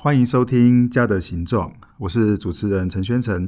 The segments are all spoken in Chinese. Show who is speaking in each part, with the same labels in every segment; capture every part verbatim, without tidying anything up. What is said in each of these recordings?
Speaker 1: 欢迎收听家的形状，我是主持人陈宣诚。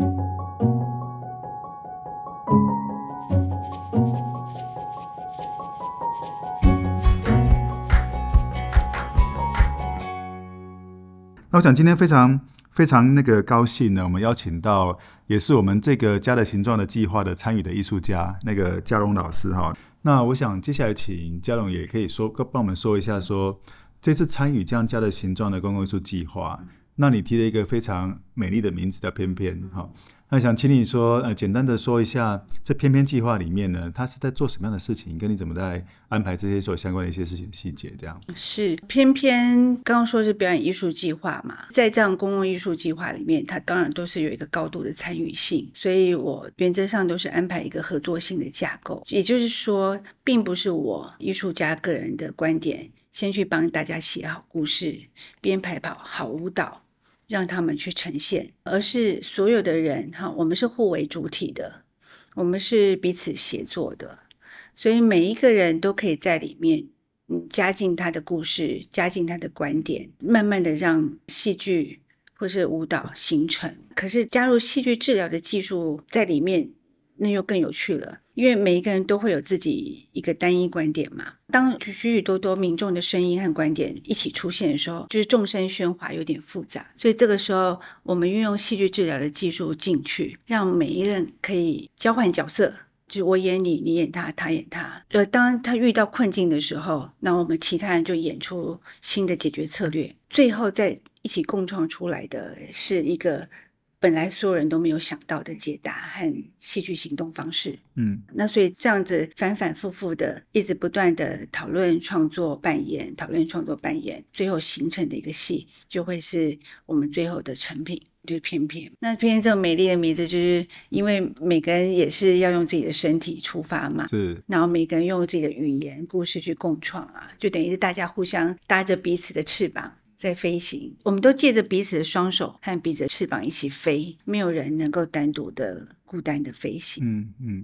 Speaker 1: 那我想今天非常非常那个高兴呢，我们邀请到也是我们这个家的形状的计划的参与的艺术家那个嘉荣老师哈。那我想接下来请嘉荣也可以说帮我们说一下说这次参与这样家的形状的公共艺术计划，那你提了一个非常美丽的名字叫翩翩哈。那想请你说呃，简单的说一下这翩翩计划里面呢，它是在做什么样的事情，跟你怎么在安排这些所相关的一些事情的细节这样。
Speaker 2: 是翩翩刚刚说是表演艺术计划嘛，在这样公共艺术计划里面，它当然都是有一个高度的参与性，所以我原则上都是安排一个合作性的架构，也就是说并不是我艺术家个人的观点先去帮大家写好故事，编排好舞蹈让他们去呈现，而是所有的人哈，我们是互为主体的，我们是彼此协作的，所以每一个人都可以在里面嗯，加进他的故事，加进他的观点，慢慢的让戏剧或是舞蹈形成。可是加入戏剧治疗的技术在里面，那又更有趣了，因为每一个人都会有自己一个单一观点嘛。当许许多多民众的声音和观点一起出现的时候，就是众声喧哗，有点复杂。所以这个时候，我们运用戏剧治疗的技术进去，让每一个人可以交换角色。就是我演你，你演他，他演他。呃，当他遇到困境的时候，那我们其他人就演出新的解决策略，最后再一起共创出来的是一个本来所有人都没有想到的解答和戏剧行动方式。嗯，那所以这样子反反复复的，一直不断的讨论、创作、扮演，讨论、创作、扮演，最后形成的一个戏，就会是我们最后的成品。就是翩翩，那翩翩这种美丽的名字，就是因为每个人也是要用自己的身体出发嘛，
Speaker 1: 是，
Speaker 2: 然后每个人用自己的语言、故事去共创啊，就等于是大家互相搭着彼此的翅膀在飞行，我们都借着彼此的双手和彼此的翅膀一起飞，没有人能够单独的、孤单的飞行。
Speaker 1: 嗯嗯。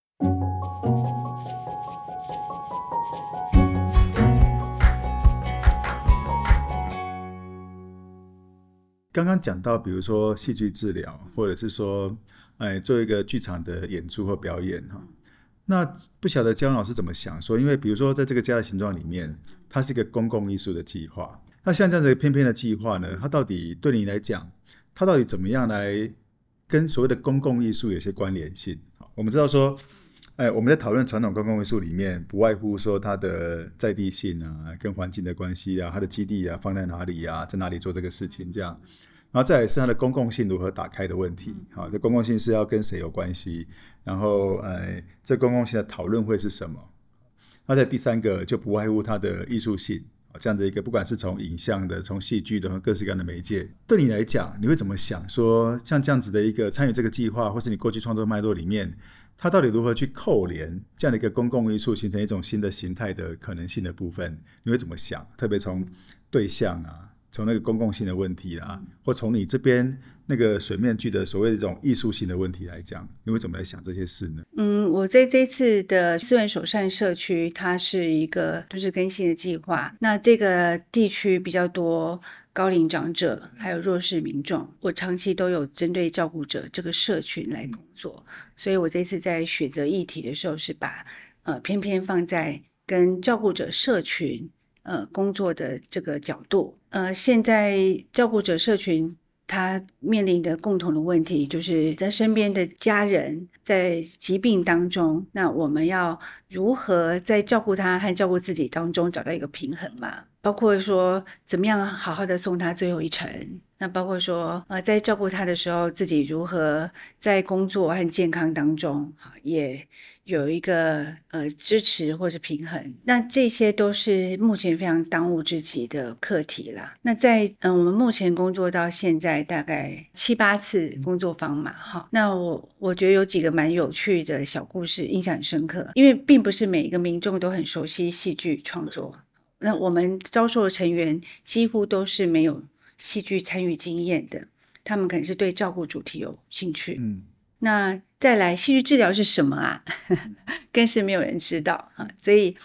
Speaker 1: 刚刚讲到比如说戏剧治疗，或者是说哎，做一个剧场的演出或表演，那不晓得嘉荣老师怎么想说，因为比如说在这个家的形状里面，它是一个公共艺术的计划，那像这样的翩翩的计划呢，它到底对你来讲，它到底怎么样来跟所谓的公共艺术有些关联性？我们知道说哎，我们在讨论传统公共艺术里面，不外乎说它的在地性啊，跟环境的关系啊，它的基地啊放在哪里啊，在哪里做这个事情这样，然后再来是它的公共性如何打开的问题。好，这公共性是要跟谁有关系？然后，呃，这公共性的讨论会是什么？那在第三个就不外乎它的艺术性，这样的一个不管是从影像的、从戏剧的和各式各样的媒介，对你来讲，你会怎么想？说像这样子的一个参与这个计划，或是你过去创作脉络里面，它到底如何去扣连这样的一个公共艺术，形成一种新的形态的可能性的部分？你会怎么想？特别从对象啊，从那个公共性的问题啊，或从你这边那个水面剧的所谓的这种艺术性的问题来讲，你会怎么来想这些事呢？
Speaker 2: 嗯，我在这次的资源首善社区，它是一个都市更新的计划。那这个地区比较多高龄长者，还有弱势民众，我长期都有针对照顾者这个社群来工作，所以我这次在选择议题的时候，是把呃偏偏放在跟照顾者社群呃工作的这个角度。呃，现在照顾者社群他面临的共同的问题，就是在身边的家人在疾病当中，那我们要如何在照顾他和照顾自己当中找到一个平衡嘛？包括说怎么样好好的送他最后一程，那包括说呃在照顾他的时候，自己如何在工作和健康当中也有一个呃支持或是平衡，那这些都是目前非常当务之急的课题啦。那在嗯、呃、我们目前工作到现在大概七八次工作坊嘛，哈，那我我觉得有几个蛮有趣的小故事，印象很深刻，因为并不是每一个民众都很熟悉戏剧创作。那我们招收的成员几乎都是没有戏剧参与经验的，他们可能是对照顾主题有兴趣。嗯，那再来戏剧治疗是什么啊？更是没有人知道啊。所以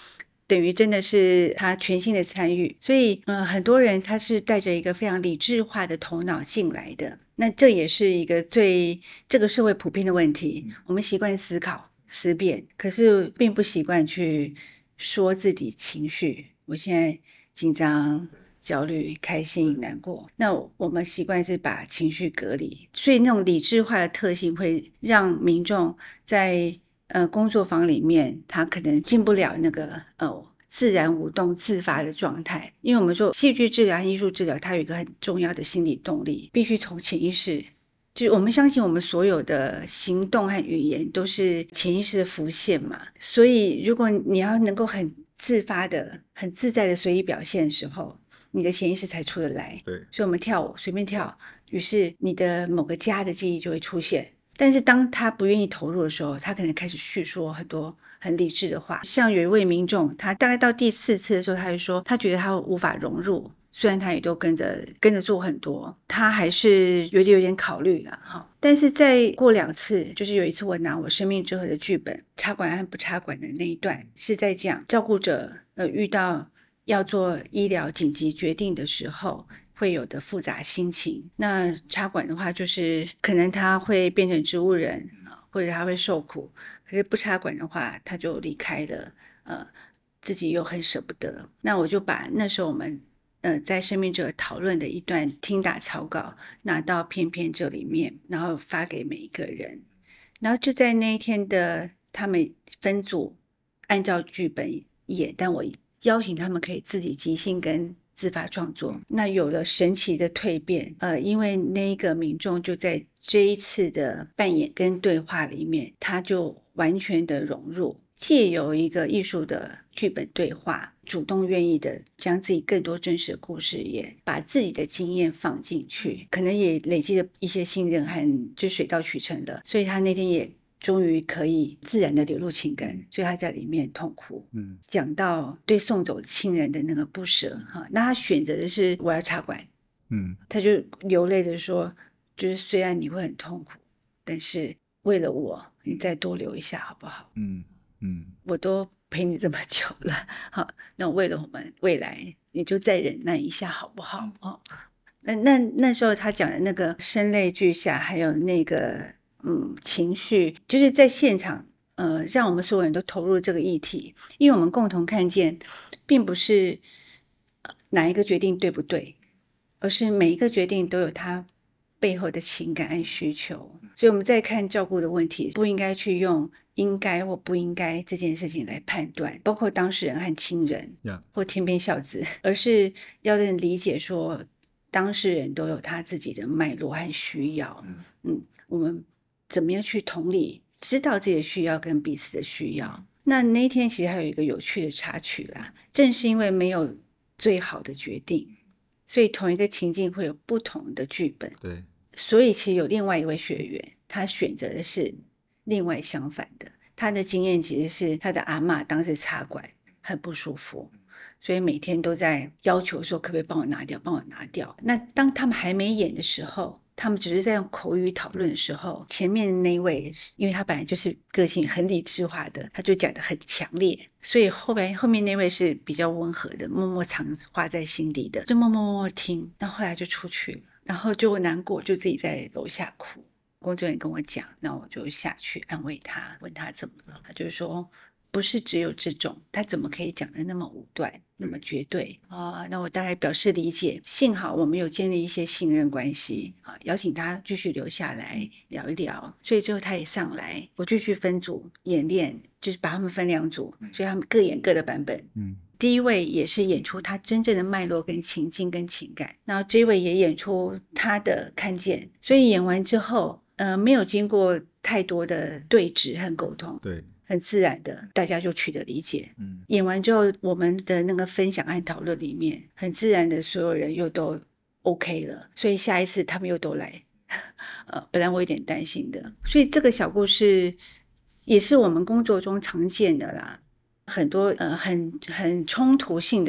Speaker 2: 等于真的是他全心的参与，所以呃，很多人他是带着一个非常理智化的头脑进来的，那这也是一个最这个社会普遍的问题，我们习惯思考思辨，可是并不习惯去说自己情绪，我现在紧张焦虑、开心、难过，那我们习惯是把情绪隔离，所以那种理智化的特性会让民众在呃工作坊里面，他可能进不了那个呃自然舞动、自发的状态。因为我们说戏剧治疗和艺术治疗，它有一个很重要的心理动力，必须从潜意识。就是我们相信我们所有的行动和语言都是潜意识的浮现嘛，所以如果你要能够很自发的、很自在的随意表现的时候，你的潜意识才出得来。
Speaker 1: 对，
Speaker 2: 所以我们跳舞随便跳，于是你的某个家的记忆就会出现。但是当他不愿意投入的时候，他可能开始叙说很多很理智的话。像有一位民众，他大概到第四次的时候，他就说他觉得他无法融入，虽然他也都跟着跟着做很多，他还是有点有点考虑了哈。但是再过两次，就是有一次我拿我生命之河的剧本插管和不插管的那一段，是在讲照顾者呃遇到要做医疗紧急决定的时候会有的复杂心情。那插管的话，就是可能他会变成植物人，或者他会受苦，可是不插管的话，他就离开了，呃，自己又很舍不得。那我就把那时候我们呃在生命者讨论的一段听打草稿拿到片片这里面，然后发给每一个人。然后就在那一天的他们分组按照剧本演，但我邀请他们可以自己即兴跟自发创作，那有了神奇的蜕变。呃，因为那一个民众就在这一次的扮演跟对话里面，他就完全的融入，借由一个艺术的剧本对话，主动愿意的将自己更多真实的故事，也把自己的经验放进去，可能也累积了一些信任和就水到渠成的，所以他那天也终于可以自然的流露情感，所以他在里面痛哭，
Speaker 1: 嗯，
Speaker 2: 讲到对送走亲人的那个不舍哈，那他选择的是我要插管，
Speaker 1: 嗯，
Speaker 2: 他就流泪的说，就是虽然你会很痛苦，但是为了我，你再多留一下好不好？
Speaker 1: 嗯，嗯，
Speaker 2: 我都陪你这么久了，好，那为了我们未来，你就再忍耐一下好不好？哦，那那那时候他讲的那个声泪俱下，还有那个嗯情绪，就是在现场，呃，让我们所有人都投入这个议题，因为我们共同看见，并不是呃哪一个决定对不对，而是每一个决定都有它背后的情感和需求。所以我们在看照顾的问题，不应该去用应该或不应该这件事情来判断，包括当事人和亲人
Speaker 1: Yeah.
Speaker 2: 或天边孝子，而是要能理解说，当事人都有他自己的脉络和需要。
Speaker 1: 嗯
Speaker 2: 嗯，我们怎么样去同理，知道自己的需要跟彼此的需要。那那一天其实还有一个有趣的插曲啦，正是因为没有最好的决定，所以同一个情境会有不同的剧本。
Speaker 1: 对，
Speaker 2: 所以其实有另外一位学员，他选择的是另外相反的。他的经验其实是他的阿嬷当时插管很不舒服，所以每天都在要求说可不可以帮我拿掉，帮我拿掉。那当他们还没演的时候，他们只是在用口语讨论的时候，前面的那一位，因为他本来就是个性很理智化的，他就讲得很强烈，所以后来后面那位是比较温和的，默默藏话在心里的，就默默默默听。那后来就出去了，然后就难过，就自己在楼下哭。工作人员跟我讲，那我就下去安慰他，问他怎么了。他就说，不是只有这种，他怎么可以讲得那么武断，那么绝对啊？那我大概表示理解。幸好我们有建立一些信任关系啊，邀请他继续留下来聊一聊。所以最后他也上来，我继续分组演练，就是把他们分两组，所以他们各演各的版本。
Speaker 1: 嗯，
Speaker 2: 第一位也是演出他真正的脉络跟情境跟情感，然后这一位也演出他的看见，所以演完之后，呃，没有经过太多的对峙和沟通，
Speaker 1: 对，
Speaker 2: 很自然的大家就取得理解。
Speaker 1: 嗯，
Speaker 2: 演完之后，我们的那个分享和讨论里面，很自然的所有人又都 OK 了，所以下一次他们又都来。呃，本来我有点担心的，所以这个小故事也是我们工作中常见的啦。很多呃很很冲突性的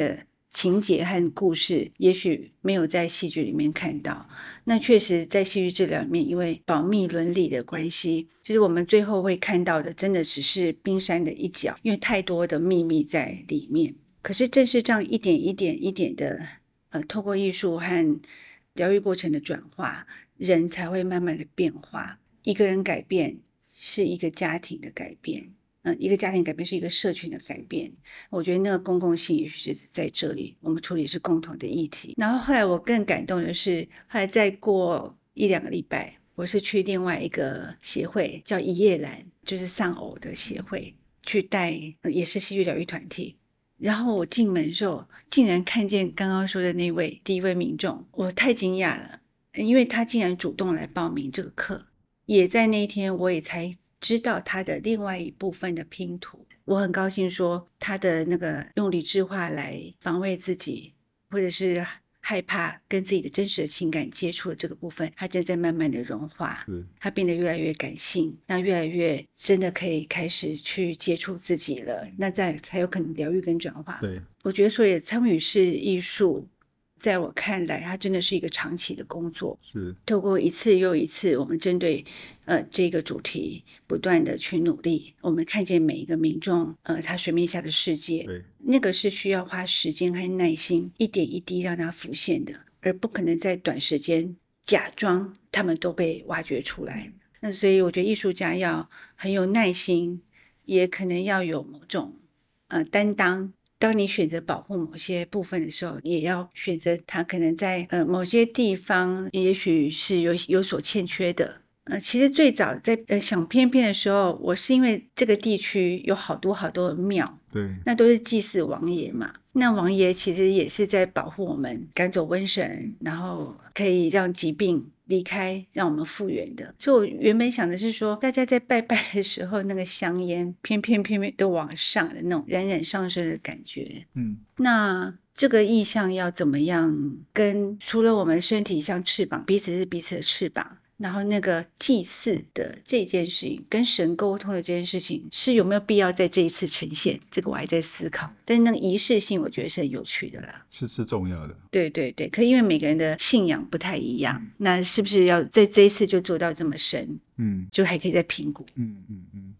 Speaker 2: 情节和故事也许没有在戏剧里面看到。那确实在戏剧治疗里面，因为保密伦理的关系，就是我们最后会看到的真的只是冰山的一角，因为太多的秘密在里面。可是正是这样一点一点一点的呃，透过艺术和疗愈过程的转化，人才会慢慢的变化。一个人改变是一个家庭的改变，嗯，一个家庭改变是一个社群的改变。我觉得那个公共性也许是在这里，我们处理是共同的议题。然后后来我更感动的是，后来再过一两个礼拜，我是去另外一个协会叫一夜兰，就是丧偶的协会，去带也是戏剧疗愈团体。然后我进门的时候，竟然看见刚刚说的那位第一位民众，我太惊讶了，因为他竟然主动来报名这个课。也在那一天，我也才知道他的另外一部分的拼图。我很高兴说，他的那个用理智化来防卫自己，或者是害怕跟自己的真实的情感接触的这个部分，它正在慢慢的融化，它变得越来越感性，那越来越真的可以开始去接触自己了，那再才有可能疗愈跟转化。
Speaker 1: 对，
Speaker 2: 我觉得所以参与式艺术在我看来，它真的是一个长期的工作，
Speaker 1: 是
Speaker 2: 透过一次又一次，我们针对呃这个主题不断的去努力，我们看见每一个民众呃他水面下的世界，
Speaker 1: 对，
Speaker 2: 那个是需要花时间和耐心，一点一滴让它浮现的，而不可能在短时间假装他们都被挖掘出来。那所以我觉得艺术家要很有耐心，也可能要有某种呃担当。当你选择保护某些部分的时候，也要选择它可能在呃某些地方也许是有有所欠缺的。呃，其实最早在呃想翩翩的时候，我是因为这个地区有好多好多的庙，
Speaker 1: 对，
Speaker 2: 那都是祭祀王爷嘛。那王爷其实也是在保护我们，赶走瘟神，然后可以让疾病离开，让我们复原的。所以我原本想的是说，大家在拜拜的时候，那个香烟翩翩翩翩都往上的那种冉冉上升的感觉。
Speaker 1: 嗯，
Speaker 2: 那这个意象要怎么样跟除了我们身体像翅膀，彼此是彼此的翅膀，然后那个祭祀的这件事情跟神沟通的这件事情是有没有必要在这一次呈现，这个我还在思考。但是那个仪式性我觉得是很有趣的啦，
Speaker 1: 是是重要的。
Speaker 2: 对对对，可因为每个人的信仰不太一样，那是不是要在这一次就做到这么深，
Speaker 1: 嗯
Speaker 2: 就还可以再评估。
Speaker 1: 嗯嗯嗯。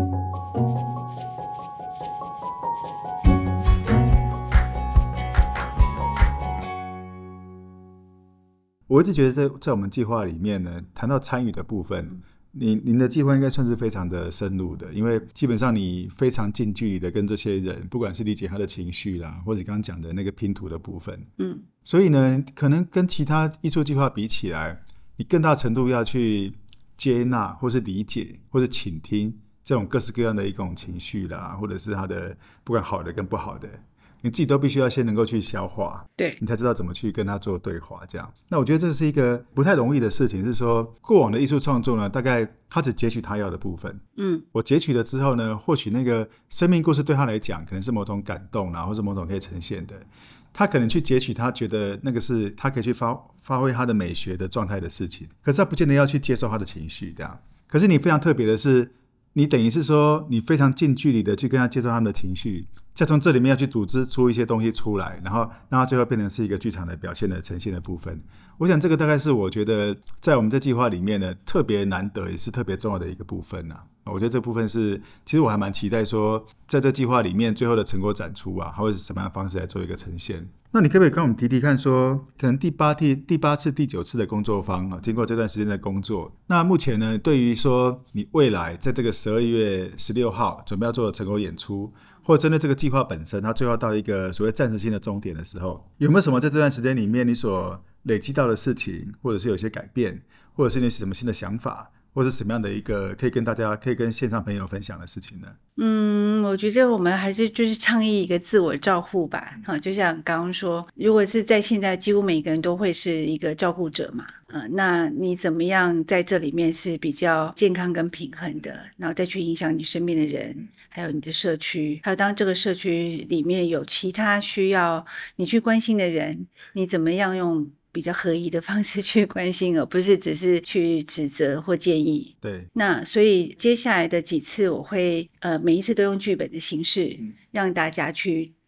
Speaker 1: 我一直觉得在在我们计划里面呢，谈到参与的部分，您您的计划应该算是非常的深入的，因为基本上你非常近距离的跟这些人，不管是理解他的情绪啦，或者刚刚讲的那个拼图的部分，
Speaker 2: 嗯，
Speaker 1: 所以呢，可能跟其他艺术计划比起来，你更大程度要去接纳，或是理解，或是倾听这种各式各样的一种情绪啦，或者是他的不管好的跟不好的。你自己都必须要先能够去消化，
Speaker 2: 对，
Speaker 1: 你才知道怎么去跟他做对话这样。那我觉得这是一个不太容易的事情，是说过往的艺术创作呢，大概他只截取他要的部分，嗯，我截取了之后呢，或许那个生命故事对他来讲可能是某种感动啦，或是某种可以呈现的，他可能去截取他觉得那个是他可以去发发挥他的美学的状态的事情，可是他不见得要去接受他的情绪这样。可是你非常特别的是，你等于是说你非常近距离的去跟他接受他们的情绪，再从这里面要去组织出一些东西出来，然后让它最后变成是一个剧场的表现的呈现的部分。我想这个大概是我觉得在我们这计划里面呢特别难得也是特别重要的一个部分啊。我觉得这部分是其实我还蛮期待说在这计划里面最后的成果展出啊，它会是什么样的方式来做一个呈现。那你可不可以跟我们提提看说，可能第八第第八次第九次的工作坊啊，经过这段时间的工作，那目前呢对于说你未来在这个十二月十六号准备要做的成果演出，或者针对这个计划本身它最后到一个所谓暂时性的终点的时候，有没有什么在这段时间里面你所累积到的事情，或者是有些改变，或者是你什么新的想法，或者是什么样的一个可以跟大家可以跟线上朋友分享的事情呢？嗯，
Speaker 2: 我觉得我们还是就是倡议一个自我照护吧。好，就像刚刚说，如果是在现在几乎每个人都会是一个照顾者嘛，呃，那你怎么样在这里面是比较健康跟平衡的，然后再去影响你身边的人，还有你的社区，还有当这个社区里面有其他需要你去关心的人，你怎么样用比较合宜的方式去关心，而不是只是去指责或建议。
Speaker 1: 对，
Speaker 2: 那所以接下来的几次我会呃每一次都用剧本的形式让大家去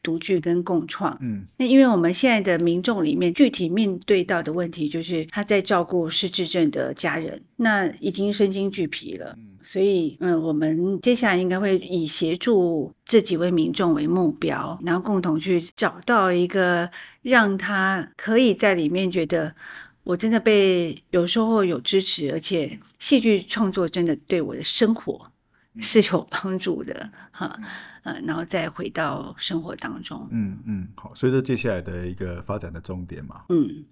Speaker 2: 独具跟共创。
Speaker 1: 嗯，
Speaker 2: 那因为我们现在的民众里面具体面对到的问题就是他在照顾失智症的家人，那已经身心俱疲了，所以嗯，我们接下来应该会以协助这几位民众为目标，然后共同去找到一个让他可以在里面觉得我真的被有收获有支持，而且戏剧创作真的对我的生活是有帮助的哈，呃，然后再回到生活当中。
Speaker 1: 嗯嗯，好，所以这接下来的一个发展的重点嘛。
Speaker 2: 嗯。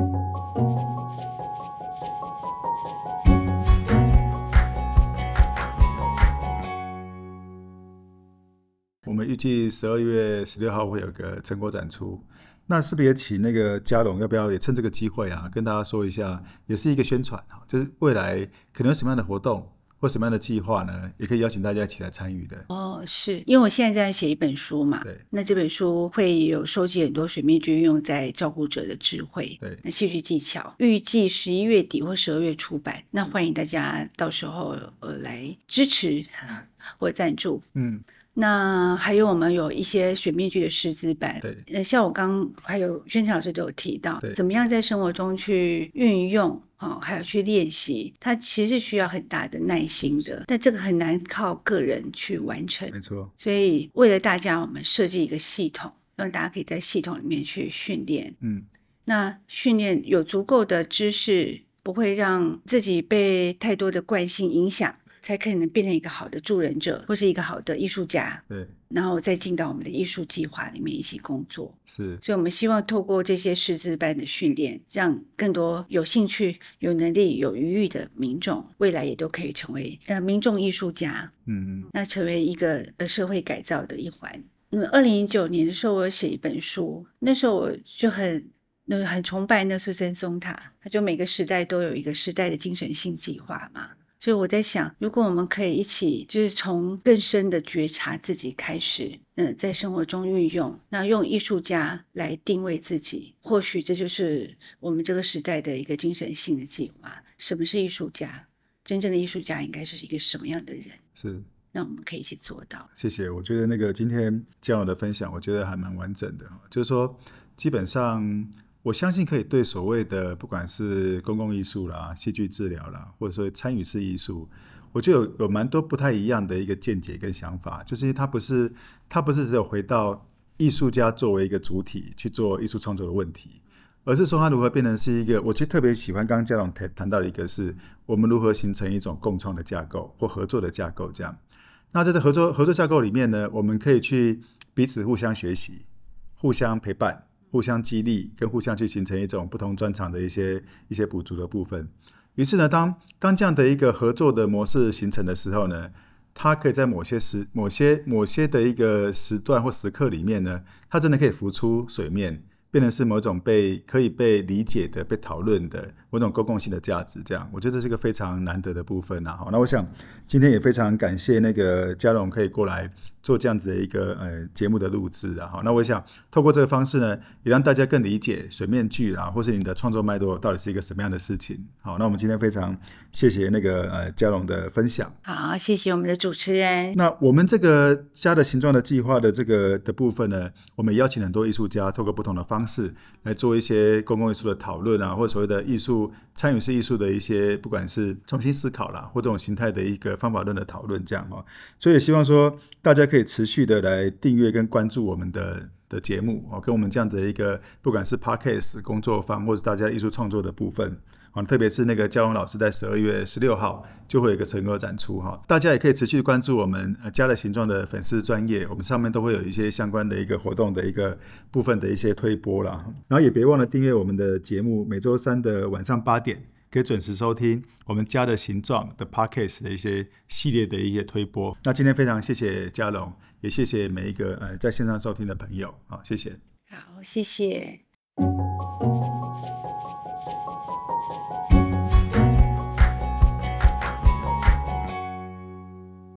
Speaker 1: 我们预计十二月十六号会有个成果展出，那是不是也请那个嘉龙，要不要也趁这个机会啊，跟大家说一下，也是一个宣传，就是未来可能有什么样的活动或什么样的计划呢，也可以邀请大家一起来参与的。
Speaker 2: 哦，是因为我现在在写一本书嘛，
Speaker 1: 对，
Speaker 2: 那这本书会有收集很多水面剧运用在照顾者的智慧，
Speaker 1: 对，
Speaker 2: 那戏剧技巧，预计十一月底或十二月出版，那欢迎大家到时候呃来支持或赞助。
Speaker 1: 嗯。
Speaker 2: 那还有我们有一些水面剧的师资班，
Speaker 1: 对，
Speaker 2: 呃，像我刚还有宣强老师都有提到，
Speaker 1: 对，
Speaker 2: 怎么样在生活中去运用。哦，还有去练习，它其实需要很大的耐心的，但这个很难靠个人去完成。
Speaker 1: 没错。
Speaker 2: 所以为了大家，我们设计一个系统，让大家可以在系统里面去训练。
Speaker 1: 嗯，
Speaker 2: 那训练有足够的知识，不会让自己被太多的惯性影响，才可能变成一个好的助人者，或是一个好的艺术家。
Speaker 1: 对，
Speaker 2: 然后再进到我们的艺术计划里面一起工作。
Speaker 1: 是，
Speaker 2: 所以我们希望透过这些师资班的训练，让更多有兴趣、有能力、有余裕的民众，未来也都可以成为呃民众艺术家。
Speaker 1: 嗯嗯，
Speaker 2: 那成为一个呃社会改造的一环。嗯，二零一九年的时候，我写一本书，那时候我就很那很崇拜那苏珊松塔，他就每个时代都有一个时代的精神性计划嘛。所以我在想，如果我们可以一起，就是从更深的觉察自己开始，嗯，在生活中运用，那用艺术家来定位自己，或许这就是我们这个时代的一个精神性的计划。什么是艺术家？真正的艺术家应该是一个什么样的人？
Speaker 1: 是。
Speaker 2: 那我们可以一起做到。
Speaker 1: 谢谢，我觉得那个今天嘉龙的分享，我觉得还蛮完整的，就是说，基本上。我相信可以对所谓的不管是公共艺术啦、戏剧治疗啦，或者说参与式艺术，我觉得有有蛮多不太一样的一个见解跟想法，就是它不是它不是只有回到艺术家作为一个主体去做艺术创作的问题，而是说它如何变成是一个，我其实特别喜欢刚刚嘉龙谈到的一个是我们如何形成一种共创的架构或合作的架构这样。那在这合作合作架构里面呢，我们可以去彼此互相学习、互相陪伴。互相激励跟互相去形成一种不同专长的一些一些补足的部分。于是呢，当当这样的一个合作的模式形成的时候呢，它可以在某些时某些某些的一个时段或时刻里面呢，它真的可以浮出水面，变成是某种被可以被理解的、被讨论的某种公共性的价值。这样，我觉得这是一个非常难得的部分啊。好，那我想今天也非常感谢那个嘉龙可以过来做这样子的一个呃节目的录制啊。好，那我想透过这个方式呢，也让大家更理解水面剧啊，或是你的创作脉络到底是一个什么样的事情。好，那我们今天非常谢谢那个呃嘉龙的分享。
Speaker 2: 好，谢谢我们的主持人。
Speaker 1: 那我们这个家的形状的计划的这个的部分呢，我们也邀请很多艺术家，透过不同的方式来做一些公共艺术的讨论啊，或者所谓的艺术参与式艺术的一些，不管是重新思考啦，或这种形态的一个方法论的讨论，这样哦。所以也希望说大家可以持续的来订阅跟关注我们的的节目哦，跟我们这样的一个不管是 Podcast 工作坊，或是大家艺术创作的部分。特别是那个嘉龙老师在十二月十六号就会有一个成果展出，大家也可以持续关注我们家的形状的粉丝专页，我们上面都会有一些相关的一个活动的一个部分的一些推播啦。然后也别忘了订阅我们的节目，每周三的晚上八点可以准时收听我们家的形状的 Podcast 的一些系列的一些推播。那今天非常谢谢嘉龙，也谢谢每一个呃在线上收听的朋友，好，谢谢。
Speaker 2: 好，谢谢。